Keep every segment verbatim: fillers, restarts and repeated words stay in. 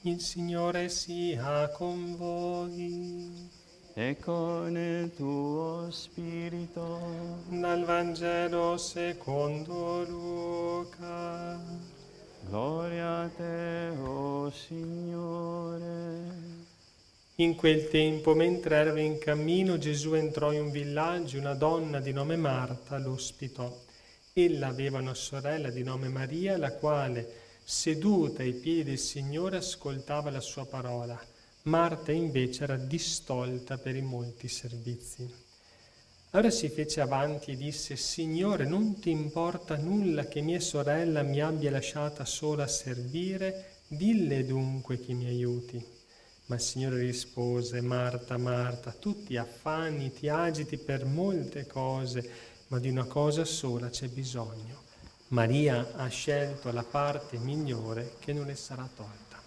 Il Signore sia con voi. E con il tuo spirito. Dal Vangelo secondo Luca. Gloria a te, o Signore. In quel tempo, mentre erano in cammino, Gesù entrò in un villaggio, una donna di nome Marta lo ospitò. Ella aveva una sorella di nome Maria, la quale, seduta ai piedi del Signore, ascoltava la sua parola. Marta invece era distolta per i molti servizi. Allora si fece avanti e disse: Signore, non ti importa nulla che mia sorella mi abbia lasciata sola a servire? Dille dunque che mi aiuti. Ma il Signore rispose: Marta, Marta, tu ti affanni, ti agiti per molte cose, ma di una cosa sola c'è bisogno. Maria ha scelto la parte migliore che non le sarà tolta.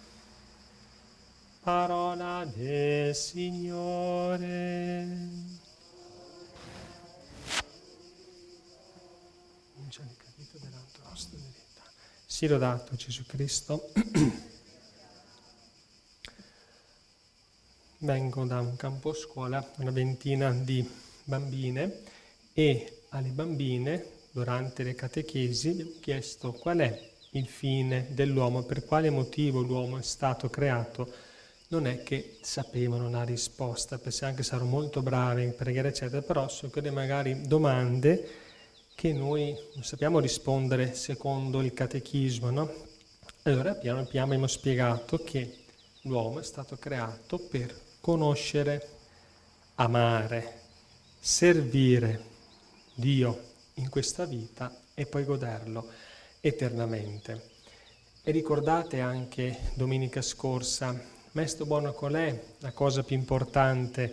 Parola del Signore. Non c'è il capito dell'altra nostra verità. Sia lodato Gesù Cristo. Vengo da un campo scuola, una ventina di bambine, e alle bambine, durante le catechesi, abbiamo chiesto qual è il fine dell'uomo, per quale motivo l'uomo è stato creato. Non è che sapevano la risposta, perché anche saranno molto bravi in preghiera, eccetera, però sono quelle magari domande che noi non sappiamo rispondere secondo il catechismo, no? Allora piano piano abbiamo spiegato che l'uomo è stato creato per conoscere, amare, servire Dio in questa vita e poi goderlo eternamente. E ricordate anche domenica scorsa, Maestro buono qual è la cosa più importante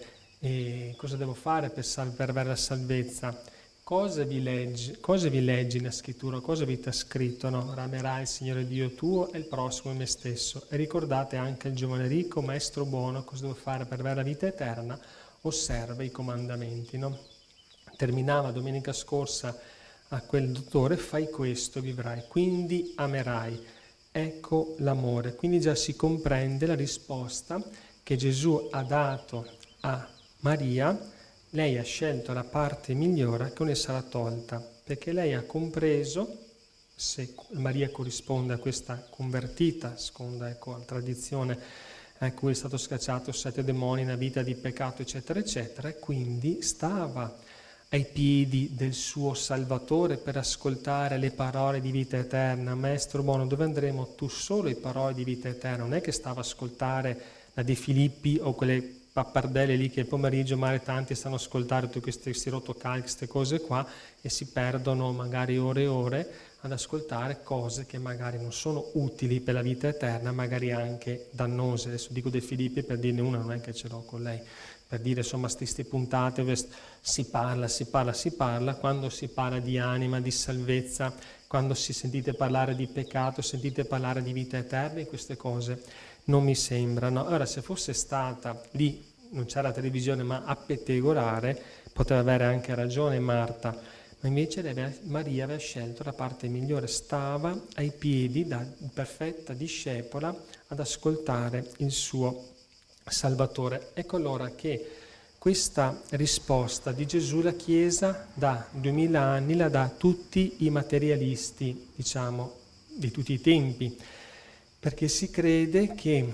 e cosa devo fare per, sal- per avere la salvezza? Cosa vi leggi, cosa vi leggi nella scrittura, cosa vi sta scritto? No? Amerai il Signore Dio tuo e il prossimo e me stesso. E ricordate anche il giovane ricco, maestro buono, cosa devo fare per avere la vita eterna? Osserva i comandamenti. No? Terminava domenica scorsa a quel dottore, fai questo, vivrai, quindi amerai. Ecco l'amore. Quindi già si comprende la risposta che Gesù ha dato a Maria. Lei ha scelto la parte migliore che non le sarà tolta, perché lei ha compreso, se Maria corrisponde a questa convertita, secondo ecco, la tradizione a cui è stato scacciato sette demoni, una vita di peccato, eccetera, eccetera, e quindi stava ai piedi del suo Salvatore per ascoltare le parole di vita eterna. Maestro buono, dove andremo? Tu solo le parole di vita eterna, non è che stava a ascoltare la De Filippi o quelle pappardelle lì che il pomeriggio magari tanti stanno a ascoltare tutti questi, questi rotocalchi, queste cose qua, e si perdono magari ore e ore ad ascoltare cose che magari non sono utili per la vita eterna, magari anche dannose. Adesso dico De Filippi per dirne una, non è che ce l'ho con lei, per dire insomma queste puntate dove si parla, si parla, si parla, quando si parla di anima, di salvezza, quando si sentite parlare di peccato, sentite parlare di vita eterna, e queste cose non mi sembrano. Ora, se fosse stata lì, non c'era la televisione, ma a pettegolare, poteva avere anche ragione Marta, ma invece lei, Maria aveva scelto la parte migliore, stava ai piedi da perfetta discepola ad ascoltare il suo Salvatore. Ecco allora che questa risposta di Gesù la Chiesa da duemila anni la dà a tutti i materialisti, diciamo, di tutti i tempi, perché si crede che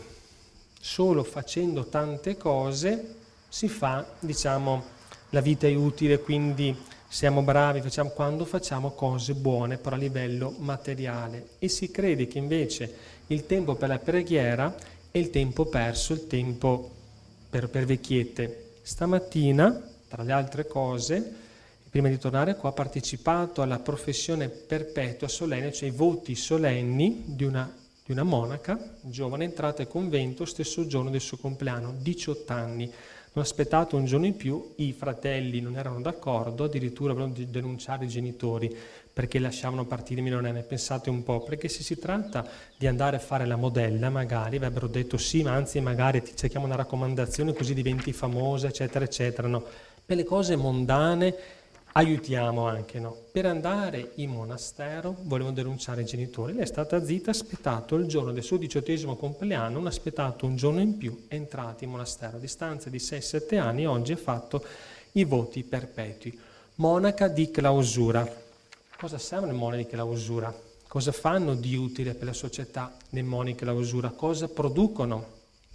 solo facendo tante cose si fa, diciamo, la vita è utile, quindi siamo bravi, facciamo quando facciamo cose buone, però a livello materiale. E si crede che invece il tempo per la preghiera è il tempo perso, il tempo per, per vecchiette. Stamattina, tra le altre cose, prima di tornare qua, ho partecipato alla professione perpetua solenne, cioè i voti solenni di una di una monaca giovane entrata al convento stesso giorno del suo compleanno, diciotto anni. Non ho aspettato un giorno in più, i fratelli non erano d'accordo, addirittura volevano denunciare i genitori perché lasciavano partire i minorenni. Pensate un po', perché se si tratta di andare a fare la modella, magari avrebbero detto sì, ma anzi magari ti cerchiamo una raccomandazione così diventi famosa, eccetera, eccetera. No, per le cose mondane aiutiamo anche, no? Per andare in monastero volevano denunciare i genitori, lei è stata zitta, ha aspettato il giorno del suo diciottesimo compleanno, non ha aspettato un giorno in più, è entrata in monastero a distanza di sei sette anni, oggi ha fatto i voti perpetui. Monaca di clausura. Cosa servono le monache di clausura? Cosa fanno di utile per la società le monache di clausura? Cosa producono?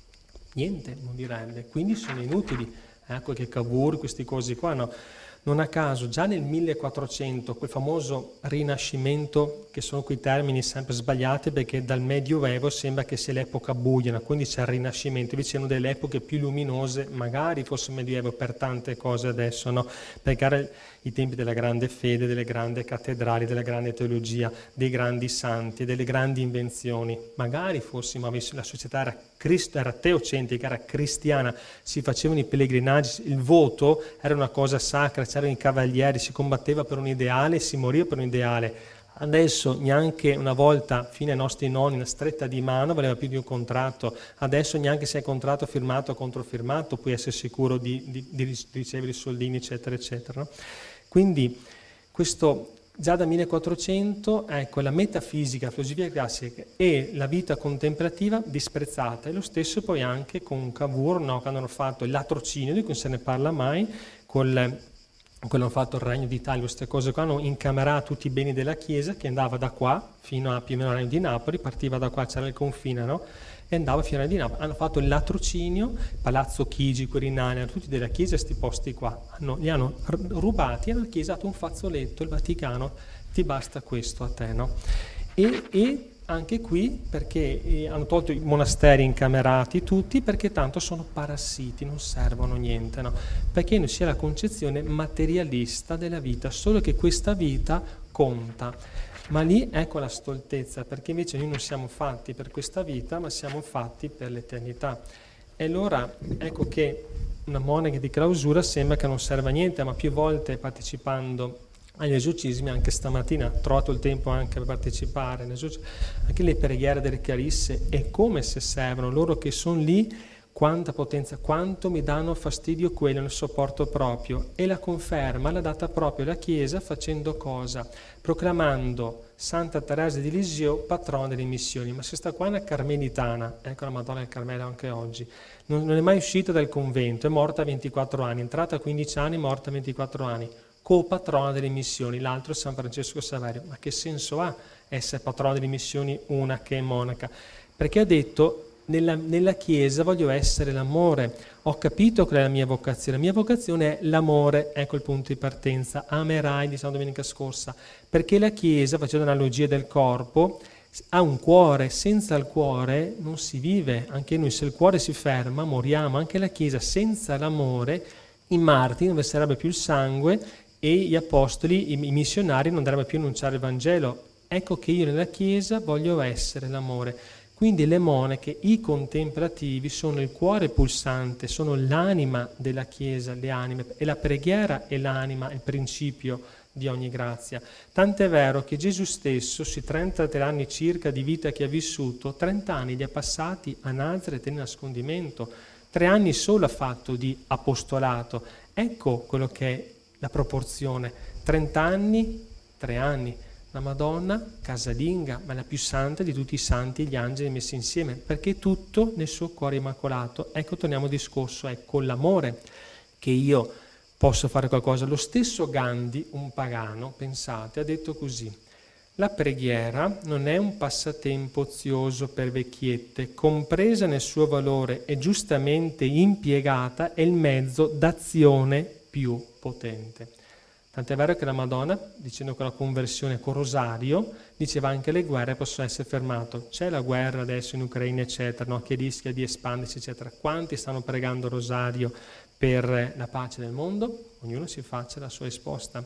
Niente, non direbbe, quindi sono inutili. Ecco che Cavour, questi cosi qua, no? Non a caso, già nel millequattrocento, quel famoso rinascimento, che sono quei termini sempre sbagliati perché dal Medioevo sembra che sia l'epoca buia, no? Quindi c'è il Rinascimento, invece erano delle epoche più luminose, magari fosse il Medioevo per tante cose adesso, no? Perché era i tempi della grande fede, delle grandi cattedrali, della grande teologia, dei grandi santi, delle grandi invenzioni. Magari fossimo, la società era, Cristo, era teocentrica, era cristiana, si facevano i pellegrinaggi, il voto era una cosa sacra, c'erano i cavalieri, si combatteva per un ideale, si moriva per un ideale. Adesso neanche una volta, fino ai nostri nonni, una stretta di mano valeva più di un contratto. Adesso neanche se è contratto firmato o controfirmato puoi essere sicuro di, di, di ricevere i soldini, eccetera, eccetera. No? Quindi questo già da millequattrocento, ecco, la metafisica, la filosofia classica e la vita contemplativa disprezzata. E lo stesso poi anche con Cavour, no? Quando hanno fatto il latrocinio, di cui non se ne parla mai, col... quello hanno fatto il Regno d'Italia, queste cose qua, hanno incamerato tutti i beni della Chiesa che andava da qua fino a più o meno al Regno di Napoli, partiva da qua, c'era il confine, no? E andava fino al Regno di Napoli. Hanno fatto il latrocinio, Palazzo Chigi, Quirinale, tutti della Chiesa, questi posti qua, hanno, li hanno rubati e alla Chiesa ha dato un fazzoletto, il Vaticano, ti basta questo a te, no? E, e anche qui perché eh, hanno tolto i monasteri incamerati tutti, perché tanto sono parassiti, non servono niente, no? Perché noi si ha la concezione materialista della vita, solo che questa vita conta. Ma lì ecco la stoltezza, perché invece noi non siamo fatti per questa vita, ma siamo fatti per l'eternità. E allora ecco che una monaca di clausura sembra che non serva a niente, ma più volte partecipando agli esorcismi, anche stamattina ho trovato il tempo anche per partecipare, anche le preghiere delle Carisse, è come se servono, loro che sono lì, quanta potenza, quanto mi danno fastidio quello nel sopporto proprio, e la conferma l'ha data proprio la Chiesa facendo cosa? Proclamando Santa Teresa di Lisieux patrona delle missioni. Ma se sta qua è una carmelitana, ecco la Madonna del Carmelo anche oggi, non, non è mai uscita dal convento, è morta a ventiquattro anni, è entrata a quindici anni, morta a ventiquattro anni, co-patrona delle missioni, l'altro è San Francesco Saverio. Ma che senso ha essere patrona delle missioni una che è monaca? Perché ha detto nella, nella Chiesa voglio essere l'amore, ho capito qual è la mia vocazione, la mia vocazione è l'amore, ecco il punto di partenza, amerai, diciamo domenica scorsa, perché la Chiesa, facendo l'analogia del corpo, ha un cuore, senza il cuore non si vive, anche noi se il cuore si ferma moriamo, anche la Chiesa senza l'amore, i martiri non verserebbe più il sangue e gli apostoli, i missionari non dovrebbero più annunciare il Vangelo. Ecco che io nella Chiesa voglio essere l'amore. Quindi le monache, i contemplativi, sono il cuore pulsante, sono l'anima della Chiesa, le anime, e la preghiera è l'anima, il principio di ogni grazia. Tant'è vero che Gesù stesso, sui trentatré anni circa di vita che ha vissuto, trenta anni li ha passati a Nazaret e nel nascondimento, tre anni solo ha fatto di apostolato. Ecco quello che è la proporzione, trenta anni, tre anni. La Madonna, casalinga, ma la più santa di tutti i santi e gli angeli messi insieme, perché tutto nel suo cuore immacolato. Ecco, torniamo al discorso, è con l'amore che io posso fare qualcosa. Lo stesso Gandhi, un pagano, pensate, ha detto così: la preghiera non è un passatempo ozioso per vecchiette, compresa nel suo valore e giustamente impiegata è il mezzo d'azione più potente. Tant'è vero che la Madonna, dicendo con la conversione con rosario, diceva anche le guerre possono essere fermate. C'è la guerra adesso in Ucraina, eccetera, no? Che rischia di espandersi, eccetera. Quanti stanno pregando rosario per la pace del mondo? Ognuno si faccia la sua risposta.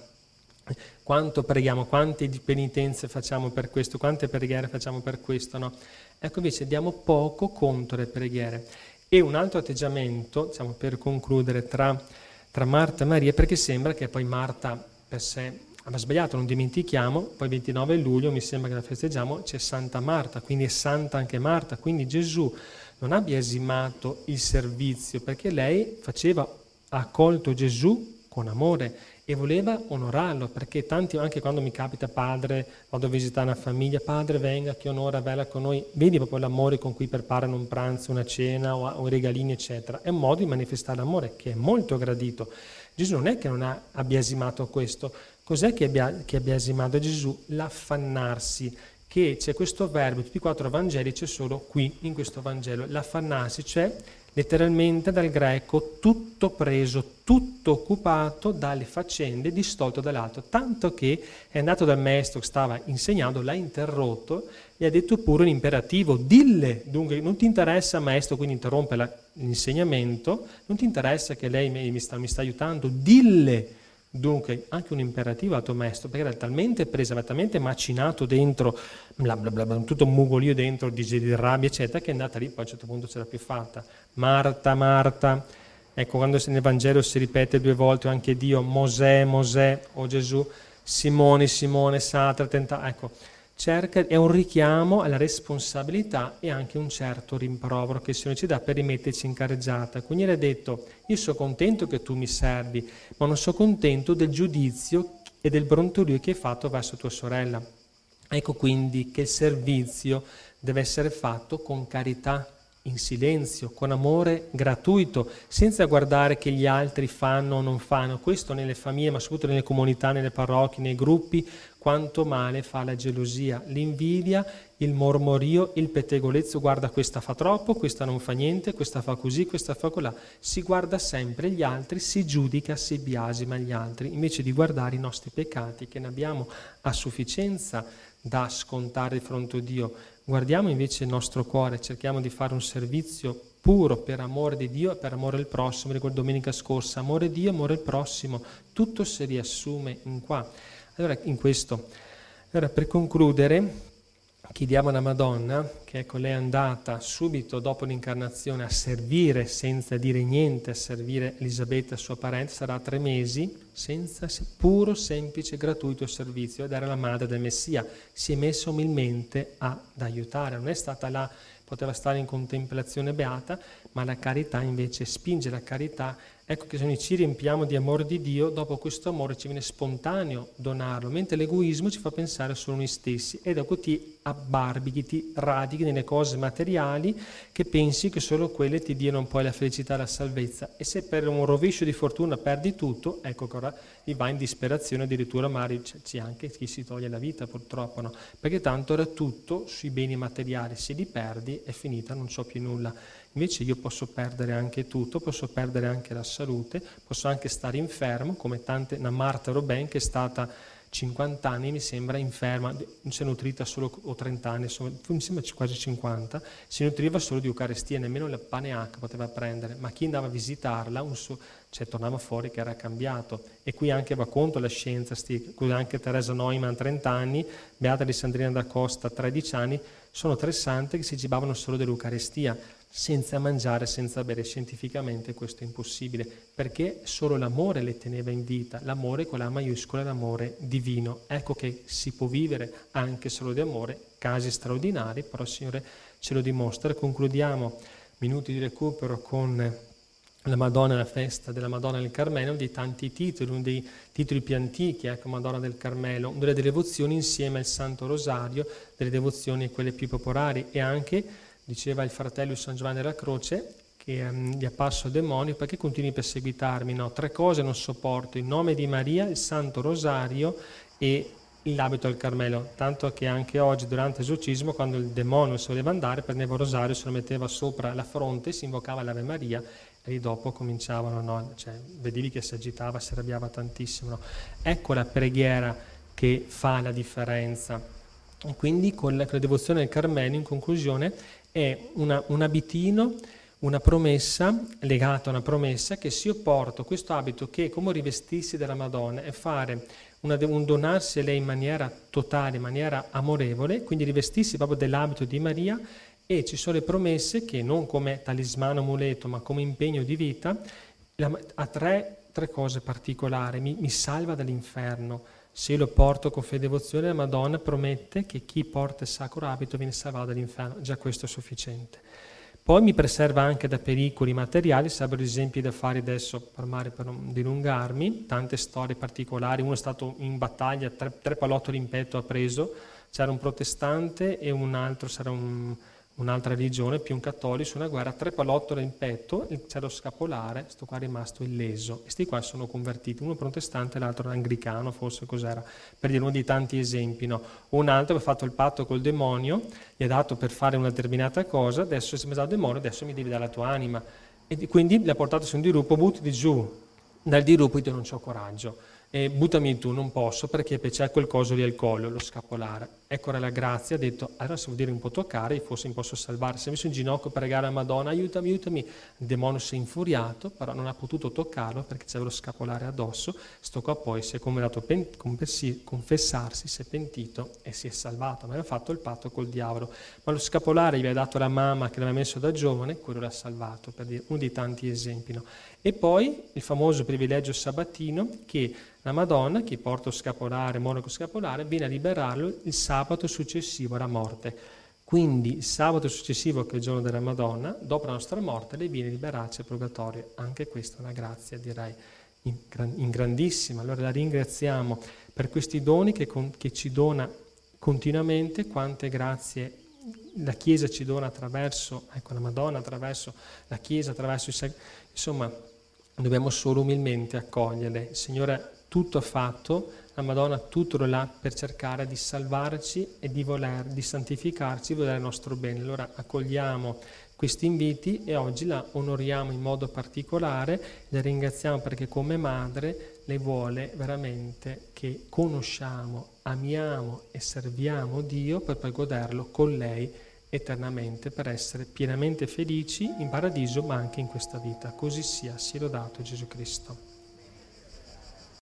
Quanto preghiamo, quante penitenze facciamo per questo, quante preghiere facciamo per questo, no? Ecco, invece diamo poco contro le preghiere. E un altro atteggiamento, diciamo, per concludere, tra... tra Marta e Maria, perché sembra che poi Marta per sé aveva sbagliato, non dimentichiamo, poi il ventinove luglio mi sembra che la festeggiamo, c'è Santa Marta, quindi è santa anche Marta, quindi Gesù non ha biasimato il servizio, perché lei faceva, ha accolto Gesù con amore e voleva onorarlo, perché tanti, anche quando mi capita, padre, vado a visitare una famiglia, padre venga, che onora, vela con noi, vedi proprio l'amore con cui preparano un pranzo, una cena o, o regalini eccetera, è un modo di manifestare l'amore che è molto gradito. Gesù non è che non ha abbiasimato questo, cos'è che abbia, che ha biasimato Gesù? L'affannarsi, che c'è questo verbo, tutti i quattro Vangeli c'è solo qui in questo Vangelo, l'affannarsi, cioè letteralmente dal greco tutto preso, tutto occupato dalle faccende, distolto dall'altro, tanto che è andato dal maestro che stava insegnando, l'ha interrotto e ha detto pure un imperativo, dille, dunque non ti interessa maestro, quindi interrompe la, l'insegnamento, non ti interessa che lei mi, mi, sta, mi sta aiutando, dille. Dunque anche un imperativo al tuo maestro, perché era talmente preso, aveva talmente macinato dentro, bla bla bla, tutto un mugolio dentro di, di rabbia eccetera, che è andata lì, poi a un certo punto ce l'ha più fatta. Marta, Marta, ecco quando nel Vangelo si ripete due volte anche Dio, Mosè, Mosè, o Gesù, Simone, Simone, Satana, tenta, ecco, cerca, è un richiamo alla responsabilità e anche un certo rimprovero che il Signore ci dà per rimetterci in carreggiata. Quindi gli ha detto, io sono contento che tu mi servi, ma non sono contento del giudizio e del brontolio che hai fatto verso tua sorella. Ecco quindi che il servizio deve essere fatto con carità, in silenzio, con amore gratuito, senza guardare che gli altri fanno o non fanno. Questo nelle famiglie, ma soprattutto nelle comunità, nelle parrocchie, nei gruppi, quanto male fa la gelosia, l'invidia, il mormorio, il pettegolezzo, guarda questa fa troppo, questa non fa niente, questa fa così, questa fa colà. Si guarda sempre gli altri, si giudica, si biasima gli altri, invece di guardare i nostri peccati, che ne abbiamo a sufficienza da scontare di fronte a Dio. Guardiamo invece il nostro cuore, cerchiamo di fare un servizio puro per amore di Dio e per amore al prossimo. Ricordo domenica scorsa, amore di Dio, amore al prossimo, tutto si riassume in qua. Allora, in questo, allora, per concludere, chiediamo alla Madonna, che ecco, lei è andata subito dopo l'incarnazione a servire senza dire niente, a servire Elisabetta, sua parente, sarà tre mesi, senza puro, semplice, gratuito servizio, ed era la madre del Messia, si è messa umilmente ad aiutare, non è stata là, poteva stare in contemplazione beata, ma la carità invece spinge la carità. Ecco che se noi ci riempiamo di amore di Dio, dopo questo amore ci viene spontaneo donarlo, mentre l'egoismo ci fa pensare solo a noi stessi e dopo ti abbarbichi, ti radichi nelle cose materiali che pensi che solo quelle ti diano poi la felicità e la salvezza. E se per un rovescio di fortuna perdi tutto, ecco che ora li va in disperazione, addirittura magari c'è anche chi si toglie la vita purtroppo, no? Perché tanto era tutto sui beni materiali, se li perdi è finita, non so più nulla. Invece io posso perdere anche tutto, posso perdere anche la salute, posso anche stare infermo, come tante, una Marta Robin che è stata cinquanta anni, mi sembra, inferma, si è nutrita solo, o trenta anni, insomma, mi sembra quasi cinquanta, si nutriva solo di Eucaristia, nemmeno il pane acca poteva prendere, ma chi andava a visitarla, un suo, cioè tornava fuori che era cambiato. E qui anche va contro la scienza, sti, anche Teresa Neumann, trenta anni, Beata Alessandrina da Costa, tredici anni, sono tre sante che si cibavano solo dell'Eucaristia, senza mangiare, senza bere. Scientificamente questo è impossibile, perché solo l'amore le teneva in vita, l'amore con la maiuscola, l'amore divino. Ecco che si può vivere anche solo di amore, casi straordinari, però il Signore ce lo dimostra. Concludiamo minuti di recupero con la Madonna, la festa della Madonna del Carmelo, uno dei tanti titoli, uno dei titoli più antichi, ecco, Madonna del Carmelo, una delle devozioni insieme al Santo Rosario, delle devozioni quelle più popolari, e anche, diceva il fratello San Giovanni della Croce, che um, gli è apparso il demonio, perché continui a perseguitarmi? No, tre cose non sopporto, il nome di Maria, il Santo Rosario e l'abito al Carmelo, tanto che anche oggi durante l'esorcismo, quando il demonio si voleva andare, prendeva il rosario, se lo metteva sopra la fronte, si invocava l'Ave Maria, e lì dopo cominciavano, no? Cioè, vedevi che si agitava, si arrabbiava tantissimo. No? Ecco la preghiera che fa la differenza. E quindi con la, con la devozione del Carmelo, in conclusione, è una, un abitino, una promessa, legata a una promessa, che se io porto questo abito, che è come rivestirsi della Madonna, e fare una, un donarsi a lei in maniera totale, in maniera amorevole, quindi rivestirsi proprio dell'abito di Maria, e ci sono le promesse che non come talismano amuleto, ma come impegno di vita, ha tre, tre cose particolari. Mi, mi salva dall'inferno. Se io lo porto con fede e devozione, la Madonna promette che chi porta il sacro abito viene salvato dall'inferno. Già questo è sufficiente. Poi mi preserva anche da pericoli materiali, sarebbero esempi da fare adesso, per male per non dilungarmi, tante storie particolari. Uno è stato in battaglia, tre, tre pallottoli in petto ha preso, c'era un protestante e un altro, sarà un, un'altra religione, più un cattolico, su una guerra, tre pallottole in petto, c'era lo scapolare, sto qua è rimasto illeso. E sti qua sono convertiti, uno protestante e l'altro anglicano, forse cos'era, per dire uno di tanti esempi, no? Un altro aveva fatto il patto col demonio, gli ha dato per fare una determinata cosa, adesso si è messo al demonio, adesso mi devi dare la tua anima. E quindi l'ha portato su un dirupo, buttati giù. Dal dirupo io non c'ho coraggio. E buttami tu, non posso, perché c'è quel coso lì al collo, lo scapolare. Ecco la grazia, ha detto, allora se vuol dire un po' toccare, forse mi posso salvare. Si è messo in ginocchio per pregare a Madonna, aiutami, aiutami. Il demonio si è infuriato, però non ha potuto toccarlo perché c'era lo scapolare addosso. Sto qua poi si è convenuto pen- confessarsi, si è pentito e si è salvato. Ma aveva fatto il patto col diavolo. Ma lo scapolare gli aveva dato la mamma che l'aveva messo da giovane, quello l'ha salvato, per dire uno dei tanti esempi, no? E poi il famoso privilegio sabattino che la Madonna, che porta lo scapolare, monaco scapolare, viene a liberarlo il sabato successivo alla morte. Quindi il sabato successivo, che è il giorno della Madonna, dopo la nostra morte, le viene a liberarci al purgatorio. Anche questa è una grazia, direi, in, in grandissima. Allora la ringraziamo per questi doni che, con, che ci dona continuamente, quante grazie la Chiesa ci dona attraverso, ecco, la Madonna, attraverso la Chiesa, attraverso i sacri. Insomma, dobbiamo solo umilmente accogliere. Il Signore tutto ha fatto, la Madonna tutto lo là per cercare di salvarci e di voler, di santificarci, di volere il nostro bene. Allora accogliamo questi inviti e oggi la onoriamo in modo particolare, la ringraziamo perché come madre le vuole veramente che conosciamo, amiamo e serviamo Dio per poi goderlo con lei eternamente, per essere pienamente felici in paradiso ma anche in questa vita. Così sia, sia lodato Gesù Cristo.